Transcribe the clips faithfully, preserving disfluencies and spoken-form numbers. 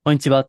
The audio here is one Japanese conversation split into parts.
こんにちは。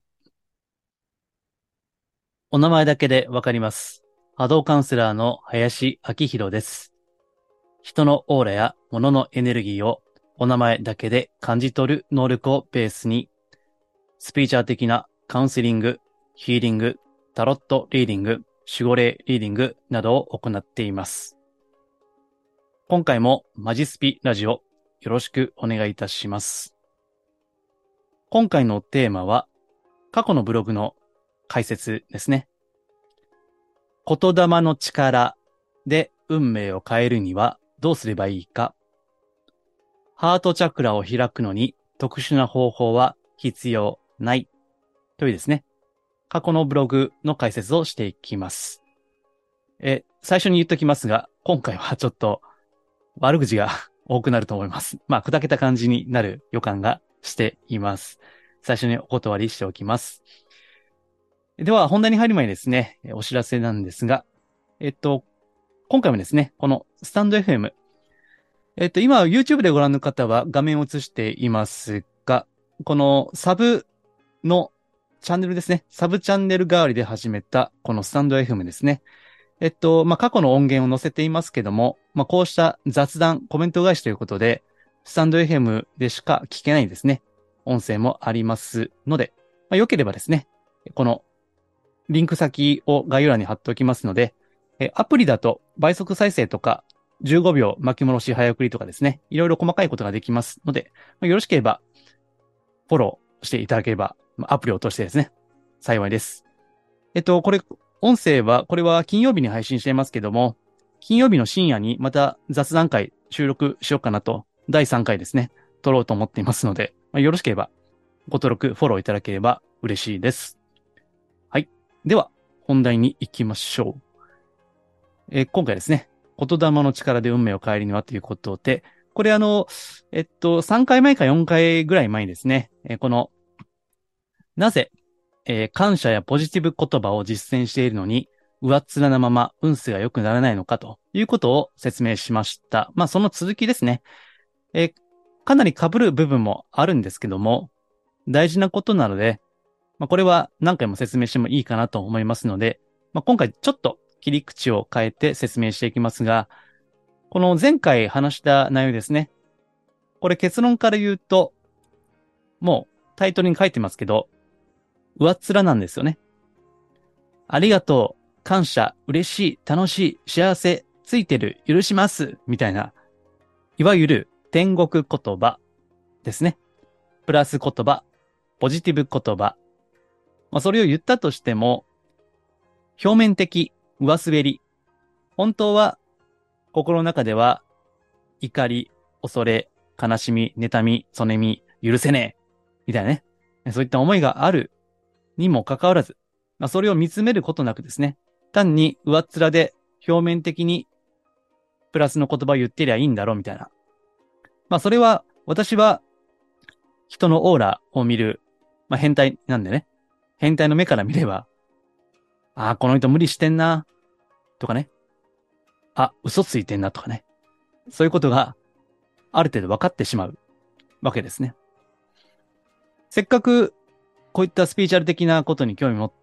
お名前だけでわかります。波動カウンセラーの林明宏です。人のオーラや物のエネルギーをお名前だけで感じ取る能力をベースに、スピーチャー的なカウンセリング、ヒーリング、タロットリーディング、守護霊リーディングなどを行っています。今回もマジスピラジオよろしくお願いいたします。今回のテーマは過去のブログの解説ですね。言霊の力で運命を変えるにはどうすればいいか。ハートチャクラを開くのに特殊な方法は必要ないというですね、過去のブログの解説をしていきます。え、最初に言っときますが、今回はちょっと悪口が多くなると思います。まあ、砕けた感じになる予感がしています。最初にお断りしておきます。では、本題に入る前にですね、お知らせなんですが、えっと、今回もですね、このスタンド エフエム、えっと、今 YouTube でご覧の方は画面を映していますが、このサブのチャンネルですね、サブチャンネル代わりで始めたこのスタンド エフエム ですね。えっと、まあ、過去の音源を載せていますけども、まあ、こうした雑談、コメント返しということで、スタンド エフエム でしか聞けないですね、音声もありますので、まあ、よければですね、このリンク先を概要欄に貼っておきますので、えアプリだと倍速再生とかじゅうごびょう巻き戻し早送りとかですね、いろいろ細かいことができますので、まあよろしければフォローしていただければ、まあアプリを通してですね、幸いです。えっと、これ、音声は、これは金曜日に配信していますけども、金曜日の深夜にまた雑談会収録しようかなと、だいさんかいですね、撮ろうと思っていますので、まあよろしければご登録、フォローいただければ嬉しいです。はい。では、本題に行きましょう。えー今回ですね、言霊の力で運命を変えるにはということで、これあの、えっと、さんかいまえかよんかいぐらい前にですね、えーこの、なぜ、えー感謝やポジティブ言葉を実践しているのに、上っ面なまま運勢が良くならないのかということを説明しました。まあ、その続きですね。えーかなり被る部分もあるんですけども、大事なことなので、まあ、これは何回も説明してもいいかなと思いますので、まあ、今回ちょっと切り口を変えて説明していきますが、この前回話した内容ですね。これ結論から言うと、もうタイトルに書いてますけど、上っ面なんですよね。ありがとう、感謝、嬉しい、楽しい、幸せ、ついてる、許します、みたいな、いわゆる天国言葉ですね。プラス言葉、ポジティブ言葉。まあ、それを言ったとしても、表面的、上滑り。本当は、心の中では、怒り、恐れ、悲しみ、妬み、そねみ、許せねえ、みたいなね。そういった思いがあるにもかかわらず、まあ、それを見つめることなくですね、単に上っ面で表面的にプラスの言葉を言ってりゃいいんだろうみたいな。まあそれは、私は人のオーラを見る、まあ変態なんでね、変態の目から見れば、ああ、この人無理してんな、とかね、あ、嘘ついてんなとかね、そういうことがある程度分かってしまうわけですね。せっかくこういったスピーチャル的なことに興味持って、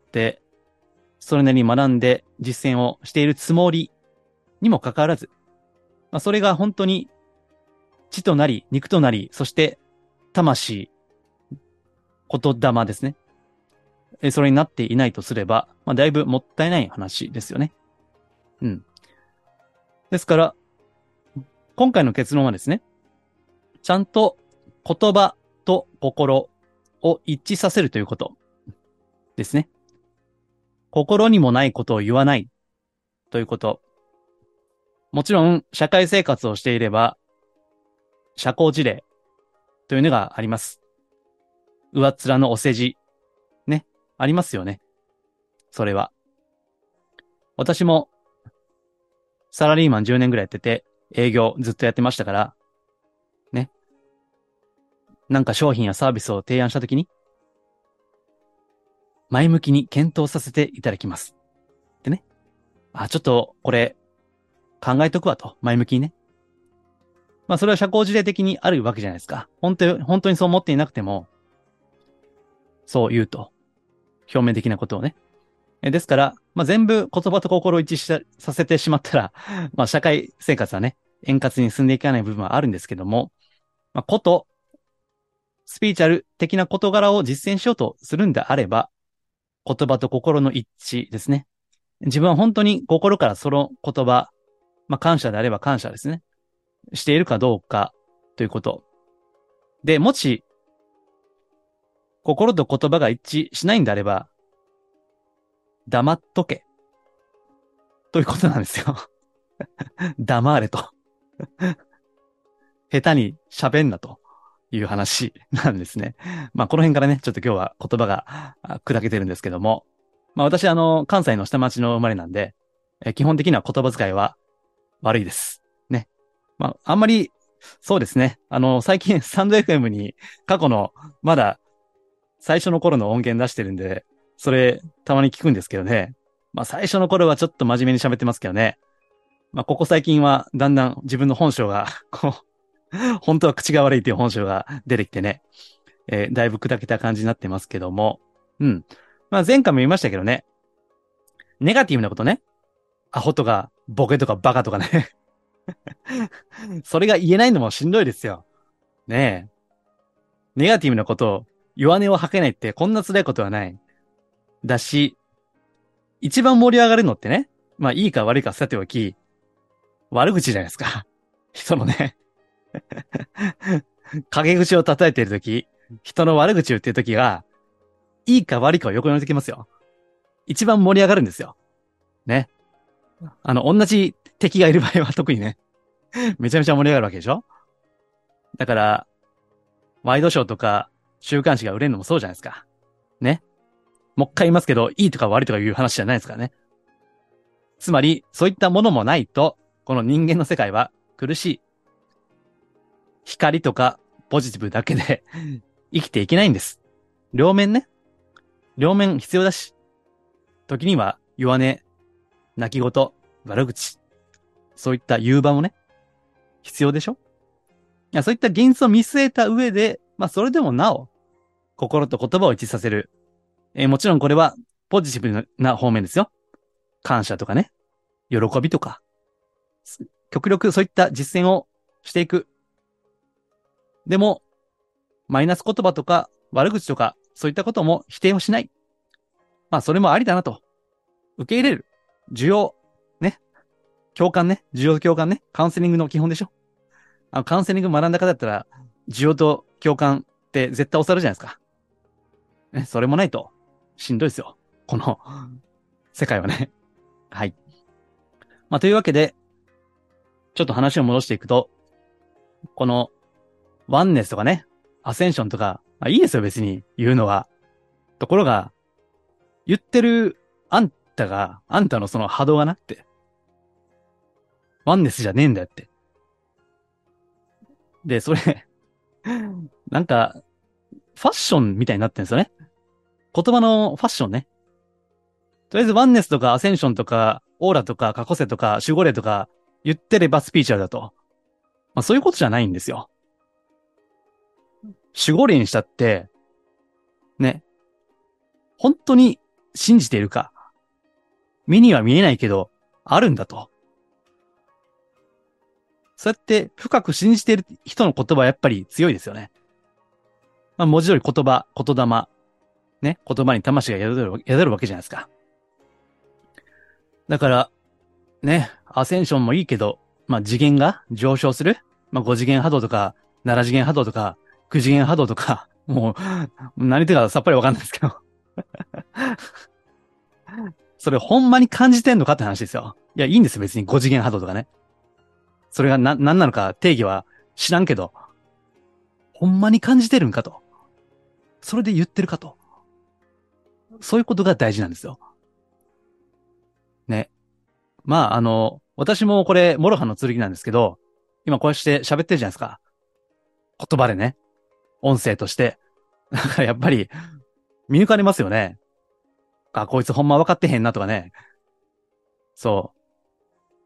それなりに学んで実践をしているつもりにもかかわらず、まあ、それが本当に血となり、肉となり、そして魂、言霊ですね。それになっていないとすれば、まあ、だいぶもったいない話ですよね。うん。ですから、今回の結論はですね、ちゃんと言葉と心を一致させるということですね。心にもないことを言わないということ。もちろん、社会生活をしていれば、社交辞令というのがあります。上っ面のお世辞。ね。ありますよね。それは。私もサラリーマンじゅうねんぐらいやってて、営業ずっとやってましたから、ね。なんか商品やサービスを提案したときに、前向きに検討させていただきます。でね。あ、ちょっと、これ、考えとくわと。前向きにね。まあ、それは社交辞令的にあるわけじゃないですか。本当に、本当にそう思っていなくても、 そう言うと。表面的なことをね。えですから、まあ、全部言葉と心を一致しさせてしまったら、まあ、社会生活はね、円滑に進んでいかない部分はあるんですけども、まあ、こと、スピーチャル的な事柄を実践しようとするんであれば、言葉と心の一致ですね。自分は本当に心からその言葉、まあ、感謝であれば感謝ですね。しているかどうかということ。で、もし、心と言葉が一致しないんであれば、黙っとけ。ということなんですよ。黙れと。下手に喋んなという話なんですね。まあ、この辺からね、ちょっと今日は言葉が砕けてるんですけども。まあ、私、あの、関西の下町の生まれなんで、え基本的には言葉遣いは悪いです。ね。まあ、あんまり、そうですね。あの、最近、スタンド エフエム に過去の、まだ、最初の頃の音源出してるんで、それ、たまに聞くんですけどね。まあ、最初の頃はちょっと真面目に喋ってますけどね。まあ、ここ最近は、だんだん自分の本性が、こう、本当は口が悪いっていう本性が出てきてね、えーだいぶ砕けた感じになってますけども。うん。まあ、前回も言いましたけどね、ネガティブなことね、アホとか、ボケとかバカとかねそれが言えないのもしんどいですよ。ねえ。ネガティブなことを、弱音を吐けないってこんな辛いことはない。だし、一番盛り上がるのってね、まあいいか悪いかさておき、悪口じゃないですか。人のね、陰口を叩いてるとき、人の悪口を言ってるときが、いいか悪いかを横に置いてきますよ。一番盛り上がるんですよ。ね。あの、同じ敵がいる場合は特にね、めちゃめちゃ盛り上がるわけでしょ。だから、ワイドショーとか週刊誌が売れるのもそうじゃないですか。ね。もう一回言いますけど、いいとか悪いとかいう話じゃないですからね。つまり、そういったものもないと、この人間の世界は苦しい。光とかポジティブだけで生きていけないんです。両面ね。両面必要だし、時には弱音、泣き言、悪口、そういった言う場もね、必要でしょ。いや、そういった現実を見据えた上で、まあそれでもなお、心と言葉を一致させる。えーもちろんこれはポジティブな方面ですよ。感謝とかね、喜びとか、極力そういった実践をしていく。でも、マイナス言葉とか悪口とか、そういったことも否定をしない。まあそれもありだなと。受け入れる。需要。ね。共感ね。需要共感ね。カウンセリングの基本でしょ。あの、カウンセリング学んだ方だったら、需要と共感って絶対教わるじゃないですか。ね、それもないと、しんどいですよ。この、世界はね。はい。まあ、というわけで、ちょっと話を戻していくと、この、ワンネスとかね、アセンションとか、まあ、いいですよ、別に言うのは。ところが、言ってるあんたが、あんたのその波動がなって、ワンネスじゃねえんだよって。で、それなんか、ファッションみたいになってるんですよね。言葉のファッションね。とりあえずワンネスとかアセンションとか、オーラとか過去世とか守護霊とか言ってればスピーチャルだと。まあそういうことじゃないんですよ。守護霊にしたって、ね、本当に信じているか。目には見えないけど、あるんだと。そうやって深く信じている人の言葉はやっぱり強いですよね。まあ文字通り言葉、言霊、ね、言葉に魂が宿る、宿るわけじゃないですか。だから、ね、アセンションもいいけど、まあ次元が上昇する。まあご次元波動とか、なな次元波動とか、きゅう次元波動とか、もう、何言ってるかさっぱりわかんないですけど。それほんまに感じてんのかって話ですよ。いや、いいんですよ、別にご次元波動とかね。それがな、何なのか定義は知らんけど、ほんまに感じてるんかと。それで言ってるかと。そういうことが大事なんですよ。ね。まあ、あの、私もこれ、モロハの剣なんですけど、今こうして喋ってるじゃないですか。言葉でね。音声として。だからやっぱり、見抜かれますよね。あ、こいつほんま分かってへんなとかね。そう。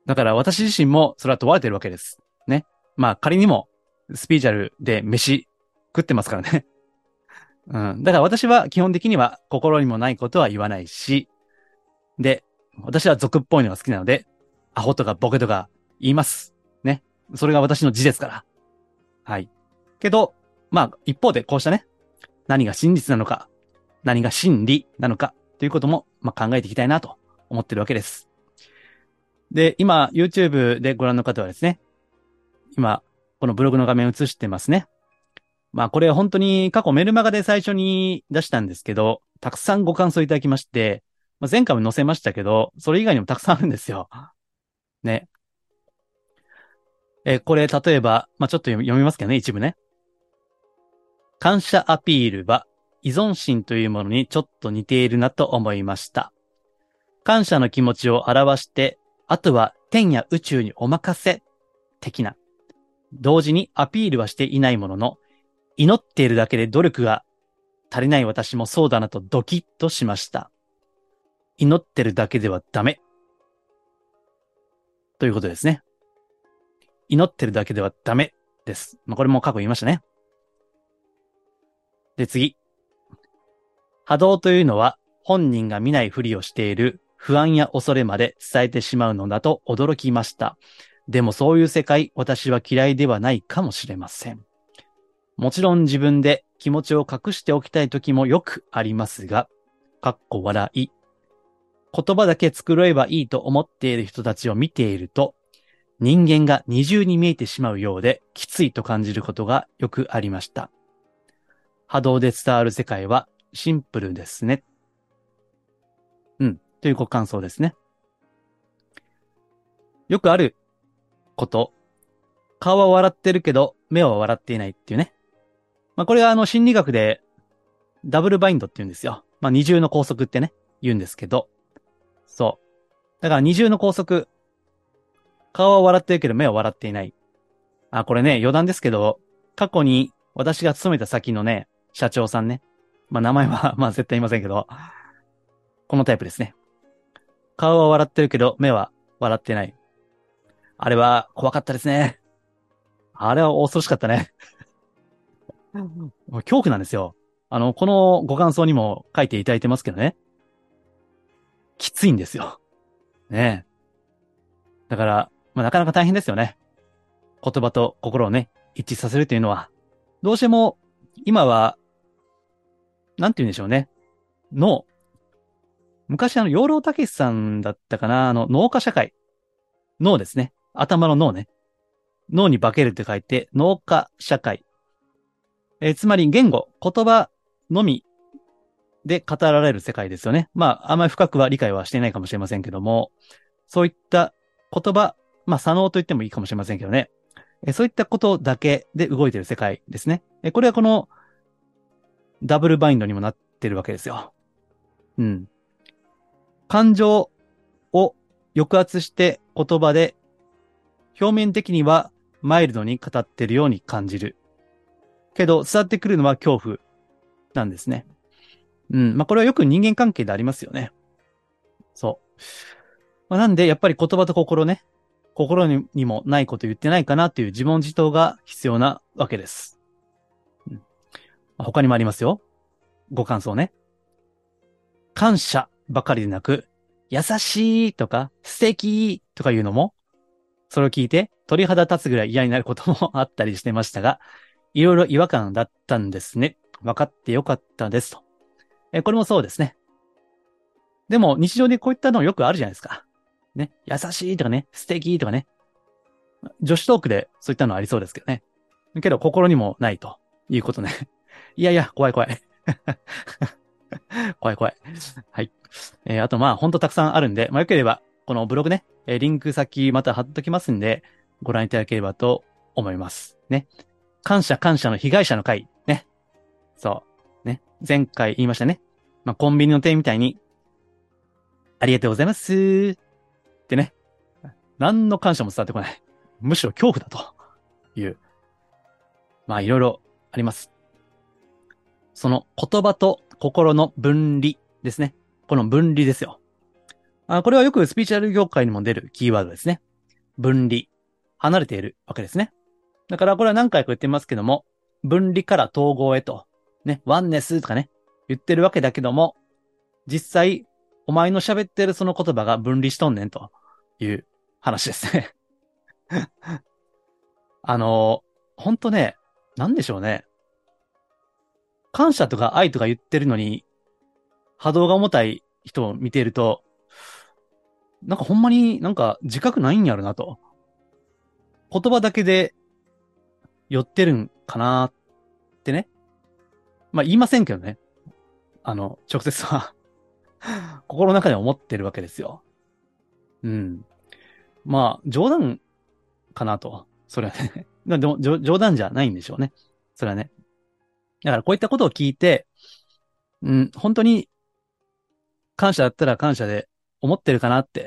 だから私自身もそれは問われてるわけです。ね。まあ仮にも、スピーチャルで飯食ってますからね。 うん。だから私は基本的には心にもないことは言わないし、で、私は俗っぽいのが好きなので、アホとかボケとか言います。ね。それが私の字ですから。はい。けど、まあ、一方でこうしたね、何が真実なのか、何が真理なのかということも、まあ、考えていきたいなと思ってるわけです。で、今、YouTube でご覧の方はですね、今、このブログの画面映してますね。まあ、これは本当に過去メルマガで最初に出したんですけど、たくさんご感想いただきまして、まあ、前回も載せましたけど、それ以外にもたくさんあるんですよ。ね。え、これ、例えば、まあ、ちょっと読み読みますけどね、一部ね。感謝アピールは依存心というものにちょっと似ているなと思いました。感謝の気持ちを表して、あとは天や宇宙にお任せ的な。同時にアピールはしていないものの、祈っているだけで努力が足りない私もそうだなとドキッとしました。祈ってるだけではダメ。ということですね。祈ってるだけではダメです。まあ、これも過去言いましたね。で、次。波動というのは本人が見ないふりをしている不安や恐れまで伝えてしまうのだと驚きました。でもそういう世界、私は嫌いではないかもしれません。もちろん自分で気持ちを隠しておきたい時もよくありますが、かっこ笑い。言葉だけ作ればいいと思っている人たちを見ていると、人間が二重に見えてしまうようで、きついと感じることがよくありました。波動で伝わる世界はシンプルですね。うん。というご感想ですね。よくあること。顔は笑ってるけど、目は笑っていないっていうね。まあ、これはあの心理学でダブルバインドって言うんですよ。まあ、二重の法則ってね、言うんですけど。そう。だから二重の法則。顔は笑ってるけど目は笑っていない。あ、これね、余談ですけど、過去に私が勤めた先のね、社長さんね。まあ、名前はまあ、絶対言いませんけど、このタイプですね。顔は笑ってるけど、目は笑ってない。あれは怖かったですね。あれは恐ろしかったね。恐怖なんですよ。あの、このご感想にも書いていただいてますけどね。きついんですよ。ねえ。だから、まあ、なかなか大変ですよね。言葉と心をね、一致させるというのは。どうしても、今は、なんて言うんでしょうね。脳。昔あの、養老たけしさんだったかな、あの、脳科社会。脳ですね。頭の脳ね。脳に化けるって書いて、脳科社会。えーつまり言語、言葉のみで語られる世界ですよね。まあ、あまり深くは理解はしていないかもしれませんけども、そういった言葉、まあ、左脳と言ってもいいかもしれませんけどね。えそういったことだけで動いている世界ですね。えこれはこのダブルバインドにもなってるわけですよ。うん。感情を抑圧して言葉で表面的にはマイルドに語っているように感じる。けど伝わってくるのは恐怖なんですね。うん。まあこれはよく人間関係でありますよね。そう。まあ、なんでやっぱり言葉と心ね、心ににもないこと言ってないかなっていう自問自答が必要なわけです。うん、まあ他にもありますよ。ご感想ね。感謝ばかりでなく、優しいとか素敵とかいうのも、それを聞いて鳥肌立つぐらい嫌になることもあったりしてましたが、いろいろ違和感だったんですね。分かってよかったですと。え、これもそうですね。でも日常でこういったのよくあるじゃないですか。ね。優しいとかね、素敵とかね。女子トークでそういったのありそうですけどね。けど心にもないということね。いやいや、怖い怖い。怖い怖い。はい。えー、あとまあ、ほんとたくさんあるんで、まあよければ、このブログね、えーリンク先また貼っときますんで、ご覧いただければと思います。ね。感謝感謝の被害者の会。ね。そう。ね。前回言いましたね。まあ、コンビニの店員みたいに、ありがとうございますってね。何の感謝も伝わってこない。むしろ恐怖だという。まあ、いろいろあります。その言葉と心の分離ですね。この分離ですよ。あ、これはよくスピーチュアル業界にも出るキーワードですね。分離。離れているわけですね。だからこれは何回か言ってますけども、分離から統合へとね、ワンネスとかね、言ってるわけだけども、実際、お前の喋ってるその言葉が分離しとんねんという話ですね。あの、ほんとね、なんでしょうね。感謝とか愛とか言ってるのに、波動が重たい人を見ていると、なんかほんまになんか自覚ないんやろなと。言葉だけで寄ってるんかなってね。まあ言いませんけどね。あの、直接は心の中で思ってるわけですよ。うん。まあ、冗談かなと。それはね。でも、冗談じゃないんでしょうね。それはね。だからこういったことを聞いて、うん、本当に感謝だったら感謝で思ってるかなって。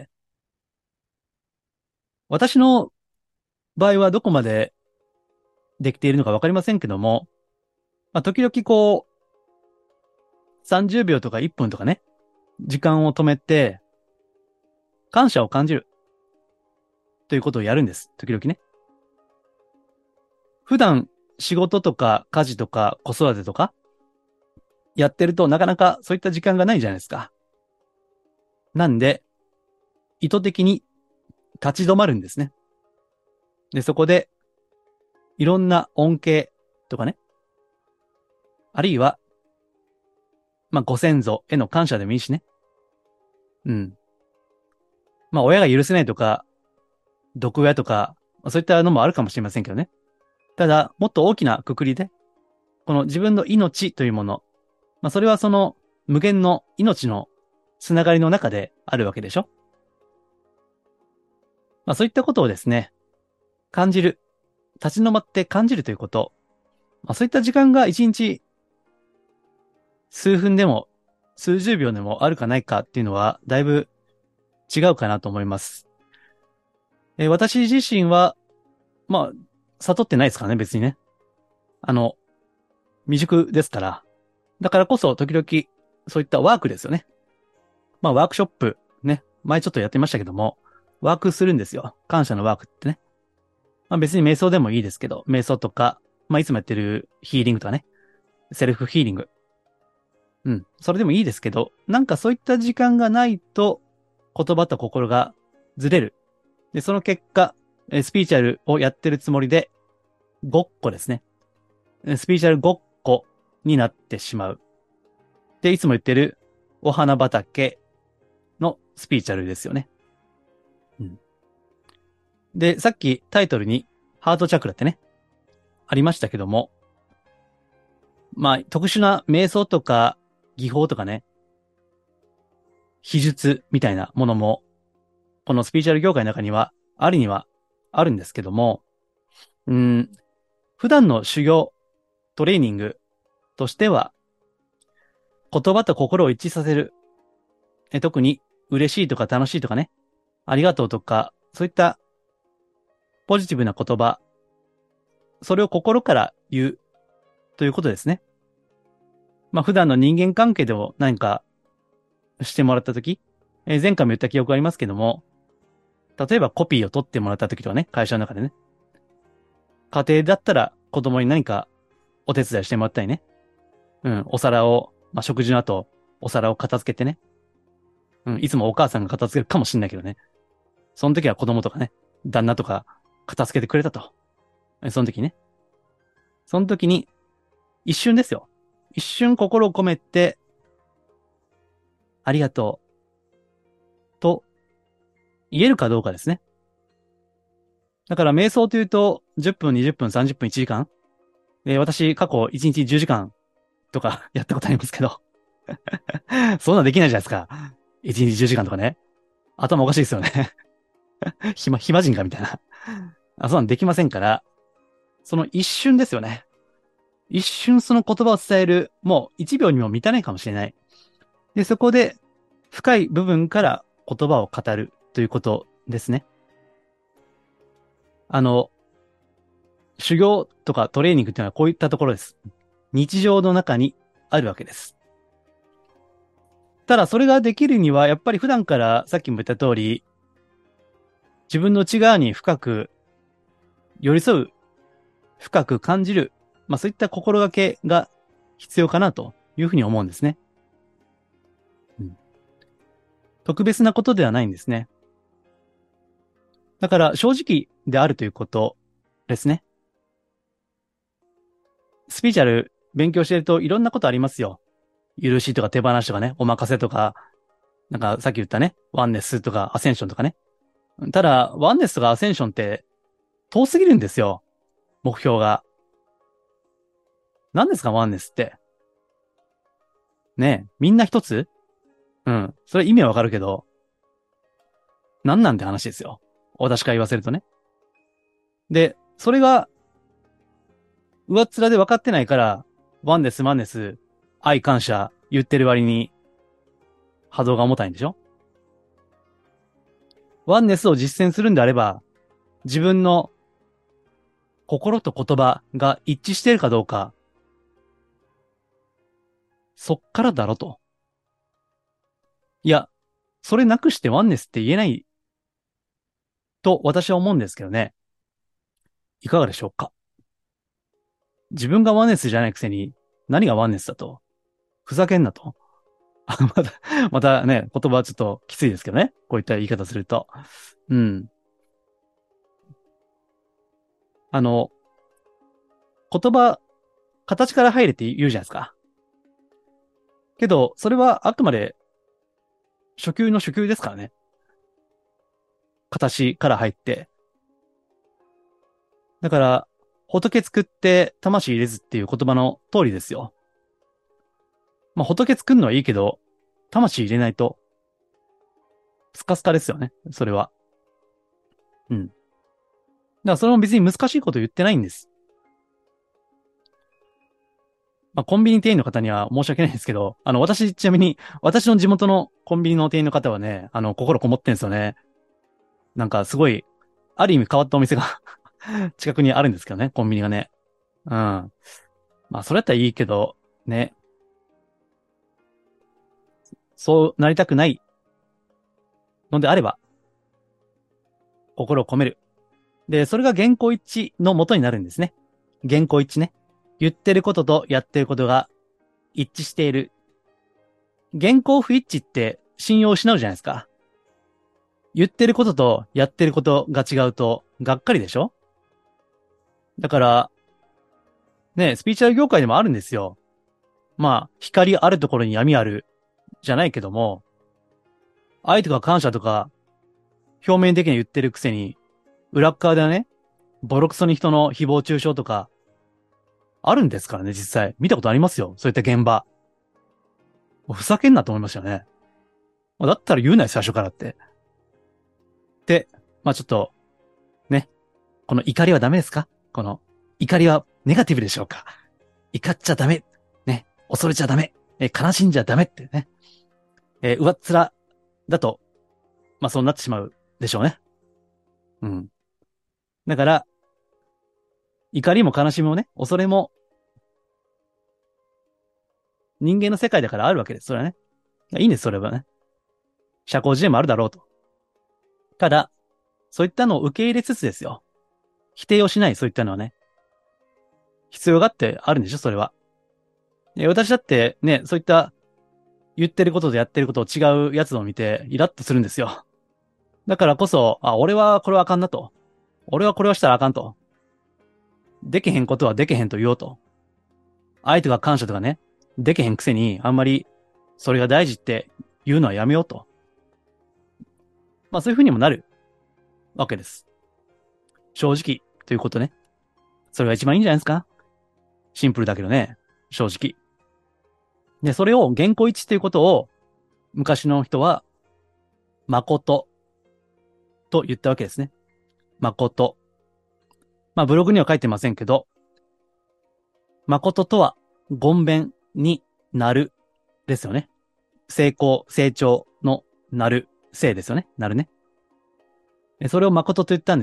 私の場合はどこまでできているのかわかりませんけども、まあ、時々こう、さんじゅうびょうとかいっぷんとかね、時間を止めて、感謝を感じるということをやるんです。時々ね。普段仕事とか家事とか子育てとかやってるとなかなかそういった時間がないじゃないですか。なんで、意図的に立ち止まるんですね。で、そこでいろんな恩恵とかね、あるいは、まあ、ご先祖への感謝でもいいしね。うん。まあ、親が許せないとか、毒親とか、まあそういったのもあるかもしれませんけどね。ただ、もっと大きな括りで、この自分の命というもの、まあ、それはその無限の命のつながりの中であるわけでしょ。まあ、そういったことをですね、感じる、立ち止まって感じるということ、まあ、そういった時間が一日数分でも数十秒でもあるかないかっていうのは、だいぶ違うかなと思います。えー私自身は、まあ、悟ってないですからね、別にね。あの、未熟ですから。だからこそ、時々、そういったワークですよね。まあ、ワークショップ、ね。前ちょっとやってましたけども、ワークするんですよ。感謝のワークってね。まあ、別に瞑想でもいいですけど、瞑想とか、まあ、いつもやってるヒーリングとかね。セルフヒーリング。うん。それでもいいですけど、なんかそういった時間がないと、言葉と心がずれる。で、その結果、スピーチュアルをやってるつもりで、ごっこですね。スピーチュアルごっこになってしまう。で、いつも言ってるお花畑のスピーチュアルですよね。うん。で、さっきタイトルにハートチャクラってね、ありましたけども、まあ、特殊な瞑想とか技法とかね、秘術みたいなものも、このスピーチュアル業界の中には、あるにはあるんですけども、うん、普段の修行、トレーニングとしては、言葉と心を一致させる。え特に嬉しいとか楽しいとかね、ありがとうとか、そういったポジティブな言葉、それを心から言うということですね。まあ普段の人間関係でも何かしてもらったとき、えー前回も言った記憶ありますけども、例えばコピーを取ってもらったときとかね、会社の中でね、家庭だったら子供に何かお手伝いしてもらったりね、うん、お皿を、まあ食事の後、お皿を片付けてね、うん、いつもお母さんが片付けるかもしれないけどね、その時は子供とかね、旦那とか片付けてくれたと。その時ね。その時に、一瞬ですよ。一瞬心を込めて、ありがとう、と言えるかどうかですね。だから瞑想というと、じゅっぷん、にじゅっぷん、さんじゅっぷん、いちじかん。で、私、過去いちにちじゅうじかんとかやったことありますけど。そんなんできないじゃないですか。いちにちじゅうじかんとかね。頭おかしいですよね。暇、暇人かみたいな。あ、そんなんできませんから、その一瞬ですよね。一瞬その言葉を伝える、もう一秒にも満たないかもしれない。で、そこで深い部分から言葉を語るということですね。あの、修行とかトレーニングっていうのはこういったところです。日常の中にあるわけです。ただそれができるには、やっぱり普段からさっきも言った通り、自分の内側に深く寄り添う、深く感じる、まあそういった心がけが必要かなというふうに思うんですね。うん、特別なことではないんですね。だから正直であるということですね。スピーチャル勉強してるといろんなことありますよ。許しとか手放しとかね、お任せとか、なんかさっき言ったね、ワンネスとかアセンションとかね。ただ、ワンネスとかアセンションって遠すぎるんですよ。目標が。何ですか、ワンネスって。ねえ、みんな一つ。うん。それ意味はわかるけど、何なんて話ですよ。私から言わせるとね。で、それが、上っ面で分かってないから、ワンネス、ワンネス、愛感謝言ってる割に波動が重たいんでしょ。ワンネスを実践するんであれば、自分の心と言葉が一致しているかどうか、そっからだろと。いや、それなくしてワンネスって言えないと私は思うんですけどね。いかがでしょうか。自分がワンネスじゃないくせに何がワンネスだと。ふざけんなと。また、またね、言葉はちょっときついですけどね。こういった言い方すると。うん。あの、言葉、形から入れって言うじゃないですか。けど、それはあくまで初級の初級ですからね。形から入って。だから、仏作って魂入れずっていう言葉の通りですよ。まあ、仏作るのはいいけど、魂入れないと、スカスカですよね。それは。うん。だからそれも別に難しいこと言ってないんです。まあ、コンビニ店員の方には申し訳ないんですけど、あの、私、ちなみに、私の地元のコンビニの店員の方はね、あの、心こもってんですよね。なんか、すごい、ある意味変わったお店が近くにあるんですけどね、コンビニがね。うん。まあ、それやったらいいけど、ね、そうなりたくないのであれば、心を込める。で、それが原稿一致の元になるんですね。原稿一致ね。言ってることとやってることが一致している。原稿不一致って信用を失うじゃないですか。言ってることとやってることが違うと、がっかりでしょ。だから、ね、スピーチュアル業界でもあるんですよ。まあ、光あるところに闇ある、じゃないけども、愛とか感謝とか、表面的に言ってるくせに、裏っ側ではね、ボロクソに人の誹謗中傷とか、あるんですからね、実際。見たことありますよ。そういった現場。もうふざけんなと思いましたよね。だったら言うなよ、最初からって。で、まあちょっと、ね、この怒りはダメですか？この、怒りはネガティブでしょうか？怒っちゃダメ。ね、恐れちゃダメ。え、悲しんじゃダメってね。えー上っ面だと、まあそうなってしまうでしょうね。うん。だから、怒りも悲しみもね、恐れも人間の世界だからあるわけです。それはね。いいんです、それはね。社交辞令もあるだろうと。ただ、そういったのを受け入れつつですよ。否定をしない、そういったのはね。必要があってあるんでしょ、それは。私だってね、そういった言ってることとやってることを違うやつを見て、イラッとするんですよ。だからこそ、あ、俺はこれはあかんなと。俺はこれはしたらあかんと。できへんことはできへんと言おうと。相手が感謝とかね、できへんくせに、あんまり、それが大事って言うのはやめようと。まあそういう風にもなるわけです。正直ということね。それが一番いいんじゃないですか？シンプルだけどね。正直。で、それを原稿一致ということを、昔の人は、誠と言ったわけですね。誠。まあブログには書いてませんけど、誠とは、言弁になるですよね。成功、成長のなる、せいですよね。なるね。それを誠と言ったんです。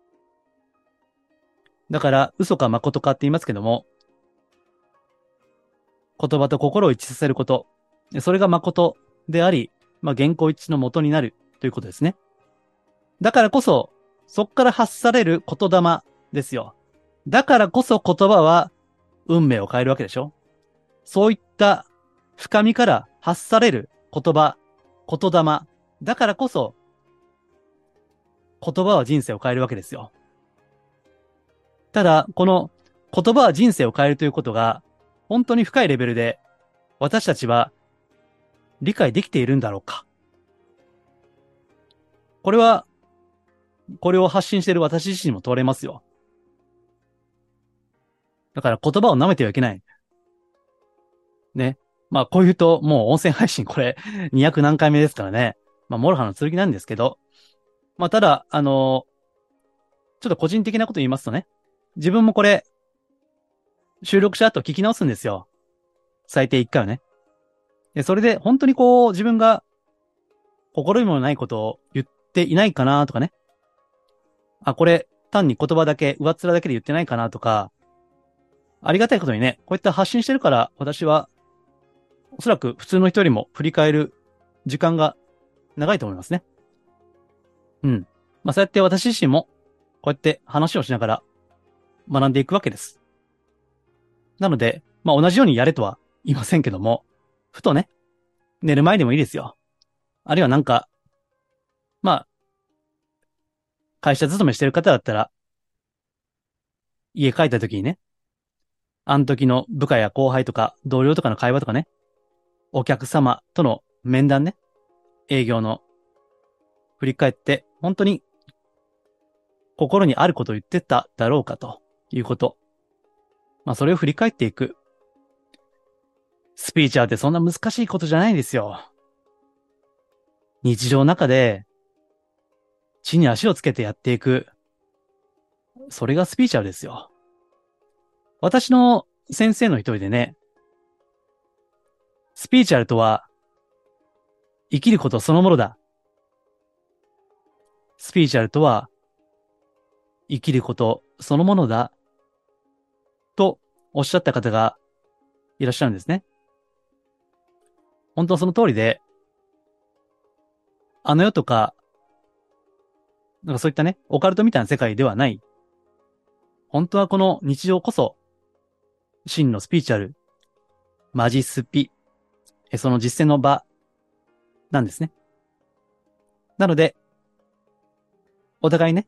だから、嘘か誠かって言いますけども、言葉と心を一致させること。それが誠であり、まあ、原稿一致の元になるということですね。だからこそ、そこから発される言霊ですよ。だからこそ言葉は運命を変えるわけでしょ。 そういった深みから発される言葉、言霊、だからこそ、言葉は人生を変えるわけですよ。ただ、この言葉は人生を変えるということが、本当に深いレベルで、私たちは理解できているんだろうか。これは、これを発信している私自身も問われますよ。だから言葉を舐めてはいけない。ね。まあ、こう言うと、もう音声配信これ、にひゃく何回目ですからね。まあ、モロハの剣なんですけど、まあ、ただ、あのちょっと個人的なこと言いますとね、自分もこれ、収録した後聞き直すんですよ。最低いっかいはね。で、それで本当にこう、自分が心にもないことを言っていないかなとかね。あ、これ、単に言葉だけ、上っ面だけで言ってないかなとか、ありがたいことにね、こういった発信してるから、私は、おそらく普通の人よりも振り返る時間が長いと思いますね。うん。まあ、そうやって私自身も、こうやって話をしながら学んでいくわけです。なので、まあ、同じようにやれとは言いませんけども、ふとね、寝る前でもいいですよ。あるいはなんか、まあ、会社勤めしてる方だったら、家帰った時にね、あの時の部下や後輩とか同僚とかの会話とかね、お客様との面談ね、営業の振り返って、本当に心にあることを言ってただろうかということ。まあそれを振り返っていく。スピーチャーってそんな難しいことじゃないですよ。日常の中で地に足をつけてやっていく。それがスピーチャーですよ。私の先生の一人でね、スピーチャルとは生きることそのものだ。スピーチャルとは生きることそのものだ。とおっしゃった方がいらっしゃるんですね。本当その通りで、あの世とか、なんかそういったね、オカルトみたいな世界ではない。本当はこの日常こそ、真のスピーチャル、マジスピ、その実践の場なんですね。なので、お互いね、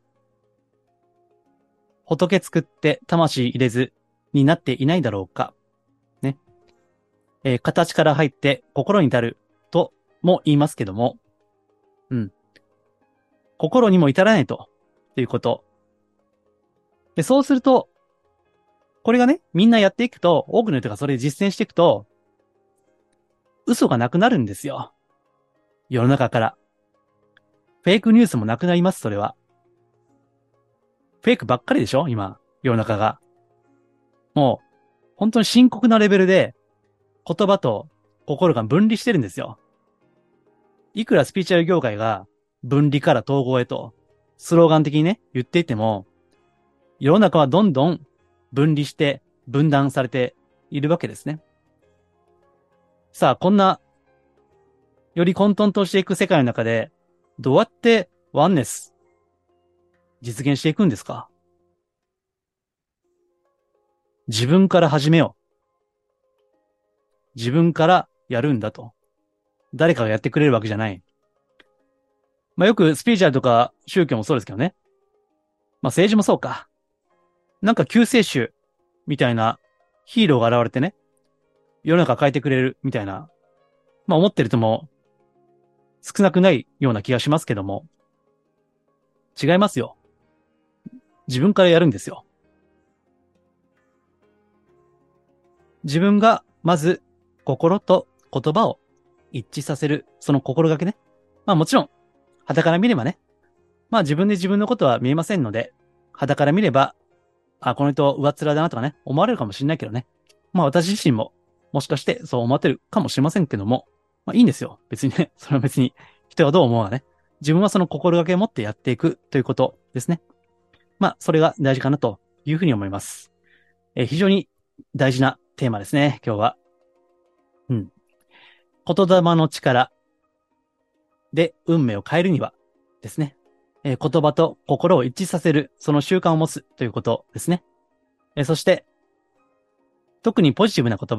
仏作って魂入れずになっていないだろうか。ね。えー、形から入って心に至るとも言いますけども、うん。心にも至らないと、ということ。で、そうすると、これがね、みんなやっていくと、多くの人がそれで実践していくと、嘘がなくなるんですよ。世の中から。フェイクニュースもなくなります、それは。フェイクばっかりでしょ今、世の中が。もう、本当に深刻なレベルで、言葉と心が分離してるんですよ。いくらスピーチュアル業界が分離から統合へと、スローガン的にね、言っていても、世の中はどんどん分離して分断されているわけですね。さあ、こんな、より混沌としていく世界の中で、どうやってワンネス、実現していくんですか？自分から始めよう。自分からやるんだと。誰かがやってくれるわけじゃない。まあよくスピーチャーとか宗教もそうですけどね。まあ政治もそうか。なんか救世主みたいなヒーローが現れてね、世の中変えてくれるみたいな、まあ思ってる人も少なくないような気がしますけども、違いますよ。自分からやるんですよ。自分がまず心と言葉を一致させる、その心がけね。まあもちろん、傍から見ればね、まあ自分で自分のことは見えませんので、傍から見れば、あ、この人上っ面だなとかね、思われるかもしれないけどね。まあ私自身も、もしかしてそう思ってるかもしれませんけども、まあいいんですよ。別にね、それは別に人がどう思うがね。自分はその心がけを持ってやっていくということですね。まあそれが大事かなというふうに思います。えー非常に大事なテーマですね、今日は。うん。言霊の力で運命を変えるにはですね。えー言葉と心を一致させる、その習慣を持つということですね。えーそして、特にポジティブな言葉、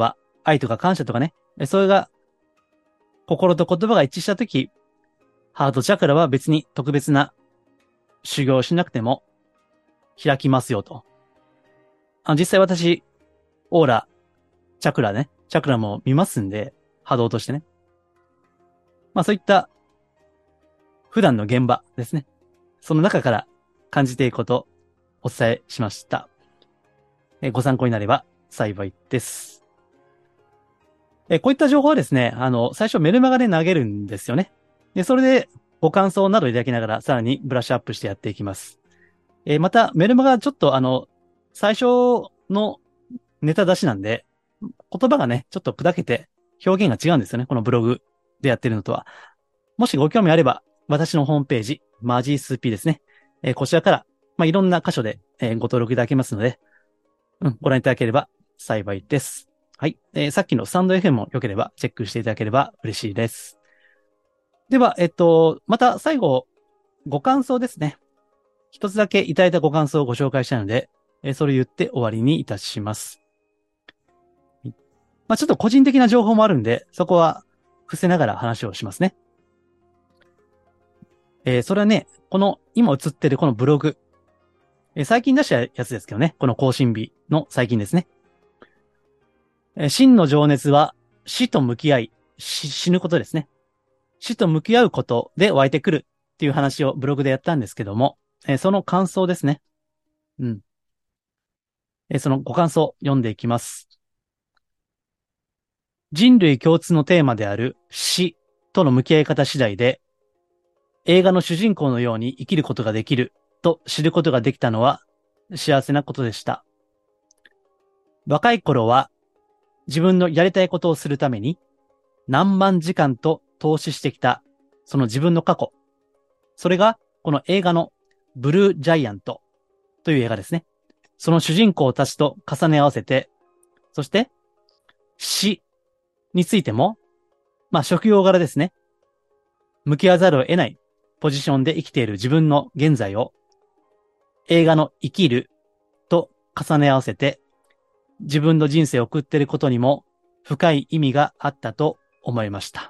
愛とか感謝とかね、それが心と言葉が一致したとき、ハートチャクラは別に特別な修行をしなくても開きますよと。あの実際私、オーラ、チャクラね、チャクラも見ますんで、波動としてね。まあそういった普段の現場ですね。その中から感じていくことをお伝えしました。えご参考になれば幸いです。えこういった情報はですね、あの、最初メルマガで投げるんですよね。で、それでご感想などいただきながらさらにブラッシュアップしてやっていきます。えーまた、メルマガちょっとあの、最初のネタ出しなんで、言葉がね、ちょっと砕けて表現が違うんですよね。このブログでやってるのとは。もしご興味あれば、私のホームページ、マジース P ですね。えーこちらから、まあ、いろんな箇所で、えーご登録いただけますので、うん、ご覧いただければ幸いです。はい。えーさっきのスタンド エフエム も良ければチェックしていただければ嬉しいです。では、えっと、また最後、ご感想ですね。一つだけいただいたご感想をご紹介したいので、えーそれ言って終わりにいたします。まあ、ちょっと個人的な情報もあるんで、そこは伏せながら話をしますね。えーそれはね、この、今映ってるこのブログ、えー最近出したやつですけどね、この更新日の最近ですね。えー真の情熱は死と向き合い、死ぬことですね。死と向き合うことで湧いてくるっていう話をブログでやったんですけども、えーその感想ですね。うん。えーそのご感想読んでいきます。人類共通のテーマである死との向き合い方次第で、映画の主人公のように生きることができると知ることができたのは幸せなことでした。若い頃は自分のやりたいことをするために何万時間と投資してきたその自分の過去。それがこの映画のブルージャイアントという映画ですね。その主人公たちと重ね合わせて、そして死についても、まあ職業柄ですね。向き合わざるを得ないポジションで生きている自分の現在を映画の生きると重ね合わせて自分の人生を送っていることにも深い意味があったと思いました。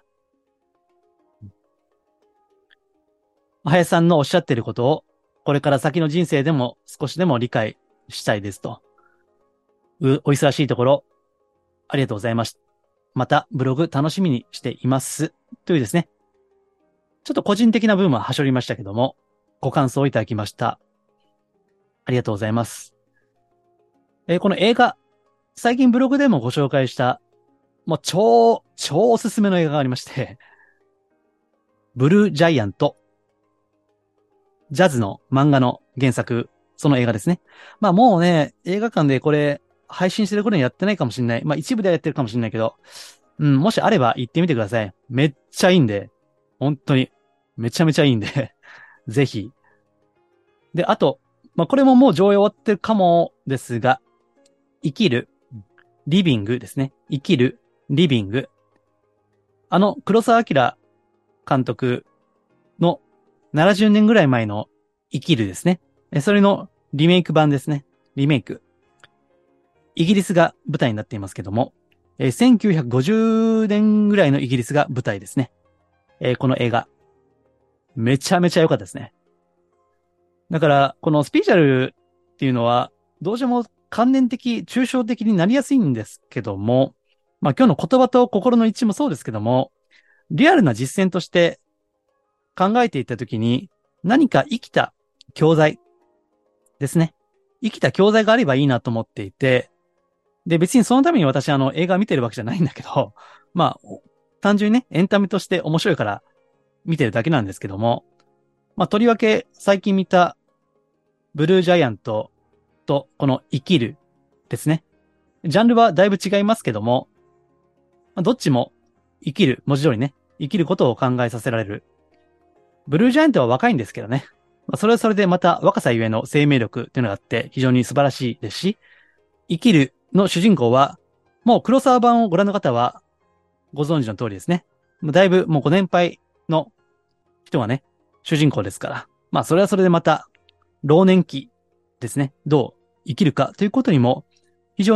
林さんのおっしゃっていることをこれから先の人生でも少しでも理解したいですと。お忙しいところありがとうございました。またブログ楽しみにしています。というですね。ちょっと個人的な部分ははしょりましたけども、ご感想をいただきました。ありがとうございます。えーこの映画、最近ブログでもご紹介した、もう超、超おすすめの映画がありまして、ブルージャイアント、ジャズの漫画の原作、その映画ですね。まあもうね、映画館でこれ、配信してる頃にやってないかもしれない。まあ一部ではやってるかもしれないけど、うん、もしあれば行ってみてください。めっちゃいいんで、本当に、めちゃめちゃいいんで、ぜひ。で、あと、まあこれももう上映終わってるかもですが、生きる、リビングですね。生きる、リビング。あの、黒澤明監督のななじゅうねんぐらい前の生きるですね。それのリメイク版ですね。リメイク。イギリスが舞台になっていますけども、せんきゅうひゃくごじゅうねんぐらいのイギリスが舞台ですね。この映画。めちゃめちゃ良かったですね。だから、このスピーチャルっていうのは、どうしても観念的、抽象的になりやすいんですけども、まあ今日の言葉と心の一致もそうですけども、リアルな実践として考えていったときに、何か生きた教材ですね。生きた教材があればいいなと思っていて、で、別にそのために私あの映画見てるわけじゃないんだけど、まあ、単純にね、エンタメとして面白いから見てるだけなんですけども、まあ、とりわけ最近見たブルージャイアントとこの生きるですね。ジャンルはだいぶ違いますけども、どっちも生きる、文字通りね、生きることを考えさせられる。ブルージャイアントは若いんですけどね。それはそれでまた若さゆえの生命力っていうのがあって非常に素晴らしいですし、生きるの主人公は、もう黒沢版をご覧の方はご存知の通りですね。だいぶもうご年配の人がね、主人公ですから。まあそれはそれでまた老年期ですね。どう生きるかということにも非常に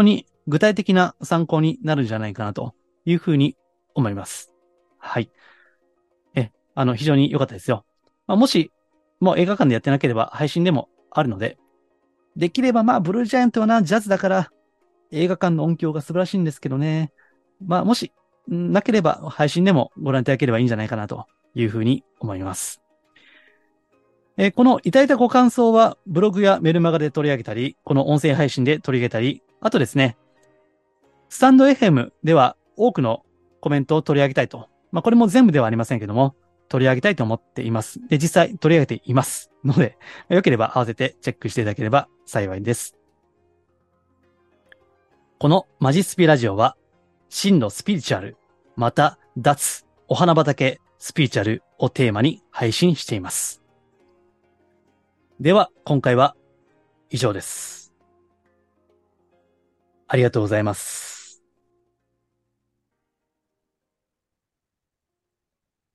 具体的な参考になるんじゃないかなというふうに思います。はい。え、あの、非常に良かったですよ。まあ、もし、もう映画館でやってなければ配信でもあるので、できればまあ、ブルージャイアントはな、ジャズだから、映画館の音響が素晴らしいんですけどね。まあ、もし、なければ配信でもご覧いただければいいんじゃないかなというふうに思います。えーこのいただいたご感想はブログやメルマガで取り上げたり、この音声配信で取り上げたり、あとですね、スタンド エフエム では多くのコメントを取り上げたいと。まあ、これも全部ではありませんけども、取り上げたいと思っています。で、実際取り上げていますので、よければ合わせてチェックしていただければ幸いです。このマジスピラジオは、真のスピリチュアル、また脱、お花畑スピリチュアルをテーマに配信しています。では、今回は以上です。ありがとうございます。